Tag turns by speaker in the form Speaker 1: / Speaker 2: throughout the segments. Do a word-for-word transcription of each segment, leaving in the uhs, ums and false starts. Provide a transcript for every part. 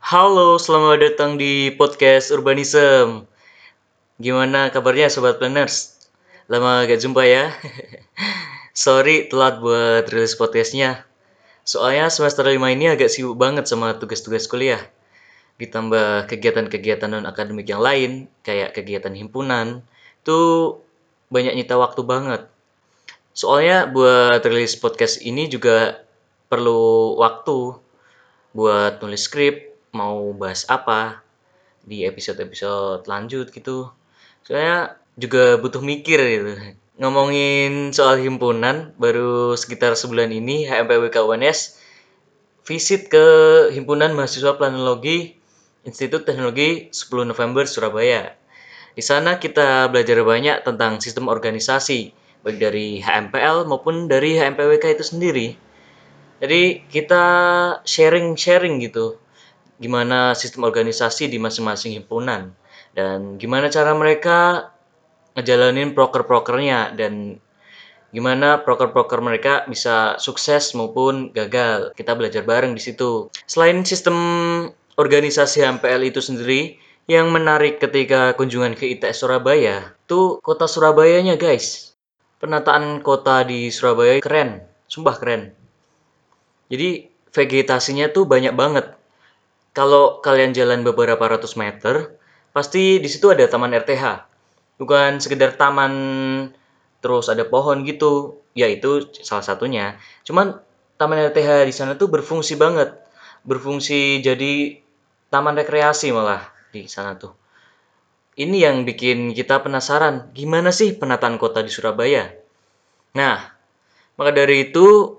Speaker 1: Halo, selamat datang di podcast Urbanism. Gimana kabarnya Sobat Planners? Lama gak jumpa ya. Sorry telat buat rilis podcastnya. Soalnya semester lima ini agak sibuk banget sama tugas-tugas kuliah. Ditambah kegiatan-kegiatan non-akademik yang lain, kayak kegiatan himpunan, itu banyak nyita waktu banget. Soalnya buat rilis podcast ini juga perlu waktu buat nulis skrip, mau bahas apa di episode-episode lanjut gitu. Soalnya juga butuh mikir gitu. Ngomongin soal himpunan, baru sekitar sebulan ini H M P W K U N S visit ke Himpunan Mahasiswa Planologi Institut Teknologi sepuluh November Surabaya. Di sana kita belajar banyak tentang sistem organisasi, baik dari H M P L maupun dari H M P W K itu sendiri. Jadi kita sharing-sharing gitu, gimana sistem organisasi di masing-masing himpunan dan gimana cara mereka ngejalanin proker-prokernya dan gimana proker-proker mereka bisa sukses maupun gagal. Kita belajar bareng di situ. Selain sistem organisasi H M P L itu sendiri, yang menarik ketika kunjungan ke I T S Surabaya, tuh kota Surabayanya guys. Penataan kota di Surabaya keren, sumpah keren. Jadi vegetasinya tuh banyak banget. Kalau kalian jalan beberapa ratus meter, pasti di situ ada taman R T H. Bukan sekedar taman terus ada pohon gitu, ya itu salah satunya. Cuman taman R T H di sana tuh berfungsi banget. Berfungsi jadi taman rekreasi malah di sana tuh. Ini yang bikin kita penasaran, gimana sih penataan kota di Surabaya? Nah, maka dari itu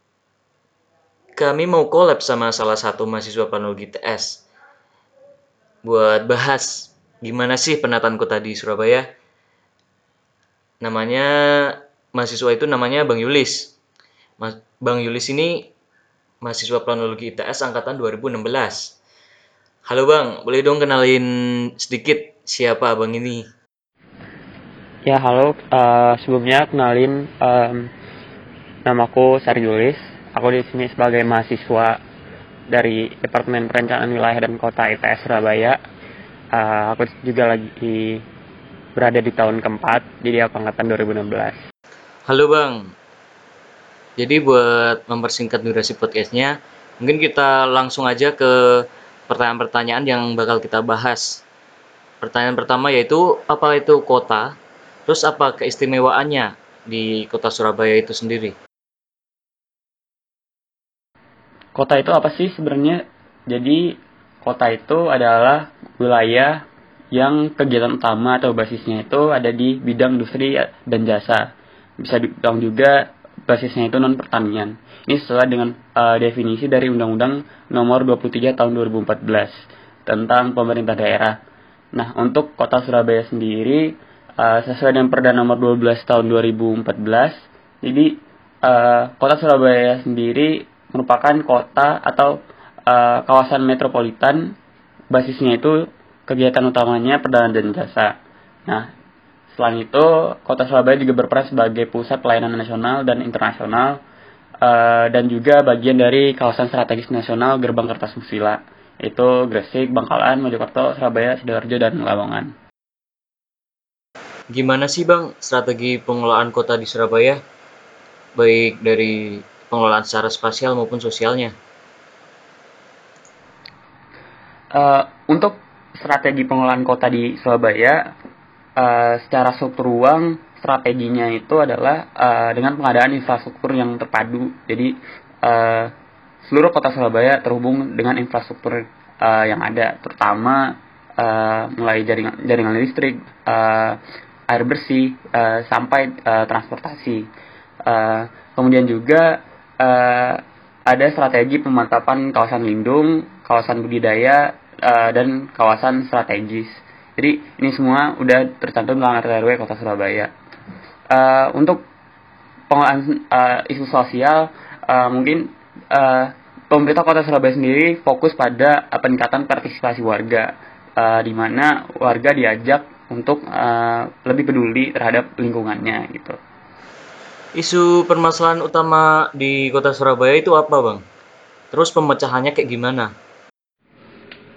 Speaker 1: kami mau collab sama salah satu mahasiswa Planologi T S buat bahas gimana sih penataan kota di Surabaya. Namanya mahasiswa itu namanya Bang Yulis. Mas, Bang Yulis ini mahasiswa Planologi I T S angkatan dua ribu enam belas. Halo Bang, boleh dong kenalin sedikit siapa Abang ini?
Speaker 2: Ya, halo. Eh, sebelumnya kenalin, em, namaku Sarjulis. Aku di sini sebagai mahasiswa dari Departemen Perencanaan Wilayah dan Kota I T S Surabaya. Eh, aku juga lagi berada di tahun keempat, jadi aku angkatan dua ribu enam belas.
Speaker 1: Halo Bang, jadi buat mempersingkat durasi podcastnya, mungkin kita langsung aja ke pertanyaan-pertanyaan yang bakal kita bahas. Pertanyaan pertama yaitu, apa itu kota? Terus apa keistimewaannya di kota Surabaya itu sendiri?
Speaker 2: Kota itu apa sih sebenarnya? Jadi, kota itu adalah wilayah yang kegiatan utama atau basisnya itu ada di bidang industri dan jasa. Bisa dibilang juga basisnya itu non pertanian. Ini sesuai dengan uh, definisi dari Undang-Undang Nomor dua puluh tiga Tahun dua ribu empat belas tentang pemerintah daerah. Nah, untuk Kota Surabaya sendiri uh, sesuai dengan Perda Nomor dua belas Tahun dua ribu empat belas. Jadi uh, Kota Surabaya sendiri merupakan kota atau uh, kawasan metropolitan, basisnya itu kegiatan utamanya perdagangan dan jasa. Nah, selain itu, Kota Surabaya juga berperan sebagai pusat pelayanan nasional dan internasional, uh, dan juga bagian dari kawasan strategis nasional Gerbang Kertasusila, yaitu Gresik, Bangkalan, Mojokerto, Surabaya, Sidoarjo, dan Lamongan.
Speaker 1: Gimana sih Bang strategi pengelolaan kota di Surabaya? Baik dari pengelolaan secara spasial maupun sosialnya.
Speaker 2: Uh, untuk strategi pengelolaan kota di Surabaya, uh, secara struktur ruang, strateginya itu adalah uh, dengan pengadaan infrastruktur yang terpadu. Jadi uh, seluruh kota Surabaya terhubung dengan infrastruktur uh, yang ada, terutama uh, mulai jaringan jaringan listrik, uh, air bersih, uh, sampai uh, transportasi. Uh, kemudian juga uh, ada strategi pemantapan kawasan lindung, kawasan budidaya, uh, dan kawasan strategis. Jadi ini semua udah tercantum dalam R T R W Kota Surabaya. Uh, untuk pengelolaan uh, isu sosial, uh, mungkin uh, pemerintah Kota Surabaya sendiri fokus pada uh, peningkatan partisipasi warga, uh, di mana warga diajak untuk uh, lebih peduli terhadap lingkungannya gitu.
Speaker 1: Isu permasalahan utama di kota Surabaya itu apa Bang? Terus pemecahannya kayak gimana?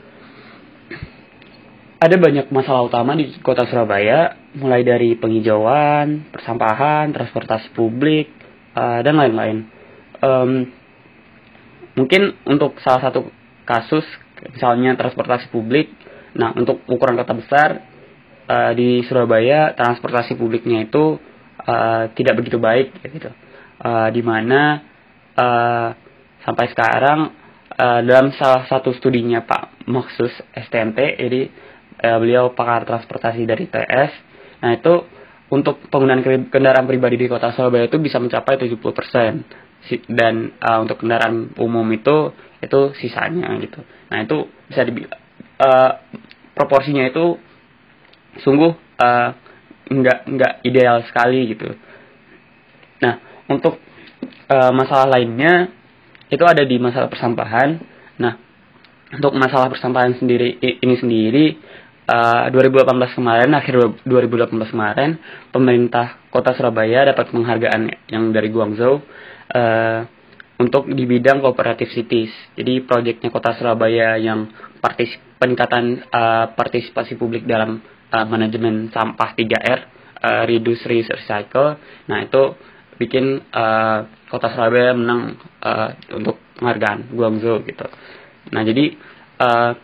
Speaker 2: ada banyak masalah utama di kota Surabaya, mulai dari penghijauan, persampahan, transportasi publik, uh, dan lain-lain. Um, mungkin untuk salah satu kasus, misalnya transportasi publik, nah untuk ukuran kota besar, uh, di Surabaya transportasi publiknya itu uh, tidak begitu baik, gitu. Uh, di mana uh, sampai sekarang uh, dalam salah satu studinya Pak Maksus S T M T, jadi uh, beliau pakar transportasi dari T S. Nah itu untuk penggunaan kendaraan pribadi di kota Surabaya itu bisa mencapai tujuh puluh persen, dan uh, untuk kendaraan umum itu itu sisanya gitu. Nah itu bisa dibilang uh, proporsinya itu sungguh uh, nggak nggak ideal sekali gitu. Nah untuk uh, masalah lainnya itu ada di masalah persampahan. Nah, untuk masalah persampahan sendiri ini sendiri, uh, dua ribu delapan belas kemarin, akhir dua ribu delapan belas kemarin, pemerintah Kota Surabaya dapat penghargaan yang dari Guangzhou uh, untuk di bidang cooperative cities. Jadi proyeknya Kota Surabaya yang partis peningkatan uh, partisipasi publik dalam uh, manajemen sampah tiga R, uh, reduce, reuse, recycle. Nah, itu bikin uh, Kota Surabaya menang uh, untuk penghargaan Guangzhou gitu. Nah jadi uh,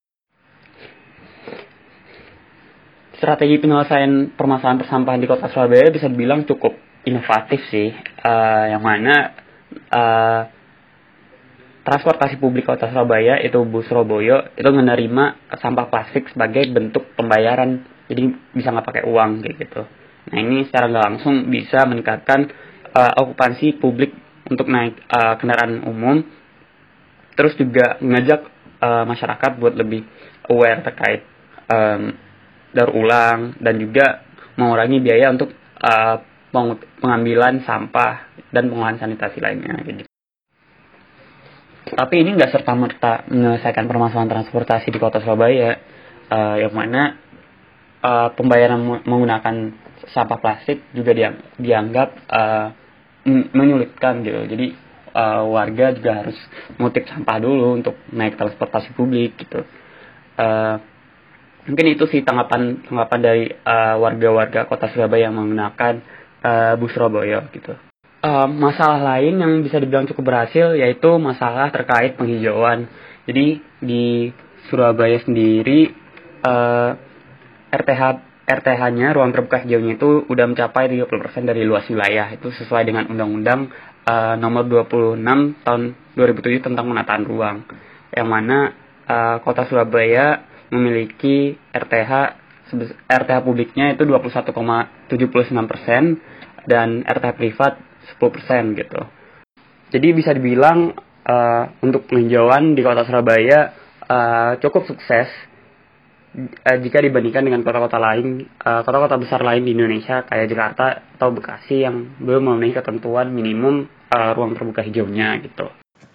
Speaker 2: strategi penyelesaian permasalahan persampahan di Kota Surabaya bisa dibilang cukup inovatif sih, uh, yang mana uh, transportasi publik Kota Surabaya itu Bus Surabaya itu menerima sampah plastik sebagai bentuk pembayaran, jadi bisa nggak pakai uang kayak gitu. Nah ini secara nggak langsung bisa meningkatkan uh, okupansi publik untuk naik uh, kendaraan umum, terus juga mengajak uh, masyarakat buat lebih aware terkait um, daur ulang dan juga mengurangi biaya untuk uh, pengambilan sampah dan pengolahan sanitasi lainnya. Gitu. Tapi ini nggak serta-merta menyelesaikan permasalahan transportasi di Kota Surabaya, uh, yang mana uh, pembayaran menggunakan sampah plastik juga diang dianggap uh, menyulitkan gitu. Jadi uh, warga juga harus ngutip sampah dulu untuk naik transportasi publik gitu. Uh, mungkin itu sih tanggapan tanggapan dari uh, warga-warga Kota Surabaya yang menggunakan uh, Bus Surabaya gitu. Uh, masalah lain yang bisa dibilang cukup berhasil yaitu masalah terkait penghijauan. Jadi di Surabaya sendiri uh, R T H R T H-nya, ruang terbuka hijaunya itu udah mencapai tiga puluh persen dari luas wilayah. Itu sesuai dengan Undang-Undang uh, nomor dua puluh enam tahun dua ribu tujuh tentang penataan ruang. Yang mana uh, Kota Surabaya memiliki R T H R T H publiknya itu dua puluh satu koma tujuh sembilan persen dan R T H privat sepuluh persen gitu. Jadi bisa dibilang uh, untuk penghijauan di Kota Surabaya uh, cukup sukses jika dibandingkan dengan kota-kota lain, uh, kota-kota besar lain di Indonesia kayak Jakarta atau Bekasi yang belum memenuhi ketentuan minimum uh, ruang terbuka hijaunya gitu.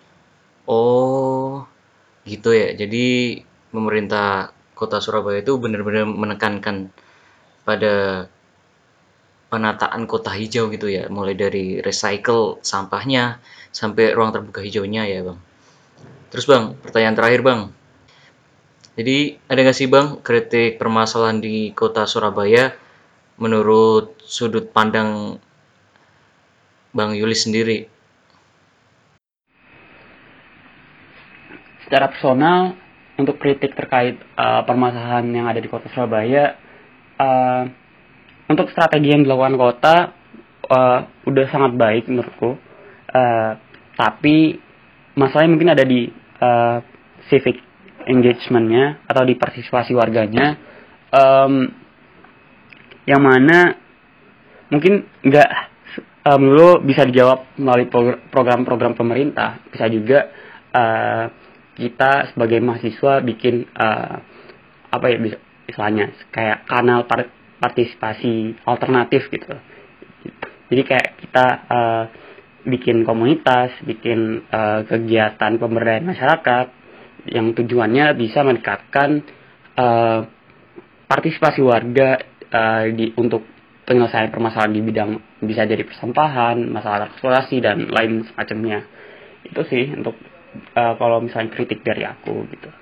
Speaker 1: Oh, gitu ya. Jadi pemerintah Kota Surabaya itu benar-benar menekankan pada penataan kota hijau gitu ya, mulai dari recycle sampahnya sampai ruang terbuka hijaunya ya, Bang. Terus Bang, pertanyaan terakhir Bang. Jadi ada nggak sih Bang kritik permasalahan di Kota Surabaya menurut sudut pandang Bang Yulis sendiri?
Speaker 2: Secara personal, untuk kritik terkait uh, permasalahan yang ada di Kota Surabaya, uh, untuk strategi yang dilakukan kota uh, udah sangat baik menurutku. Uh, tapi masalahnya mungkin ada di uh, civic engagement-nya atau di partisipasi warganya, um, yang mana mungkin nggak um, dulu bisa dijawab melalui program-program pemerintah. Bisa juga uh, kita sebagai mahasiswa bikin uh, apa ya bisa misalnya kayak kanal partisipasi alternatif gitu. Jadi kayak kita uh, bikin komunitas, bikin uh, kegiatan pemberdayaan masyarakat yang tujuannya bisa meningkatkan uh, partisipasi warga uh, di untuk penyelesaian permasalahan di bidang bisa jadi persampahan, masalah transportasi dan lain semacamnya. Itu sih untuk uh, kalau misalnya kritik dari aku gitu.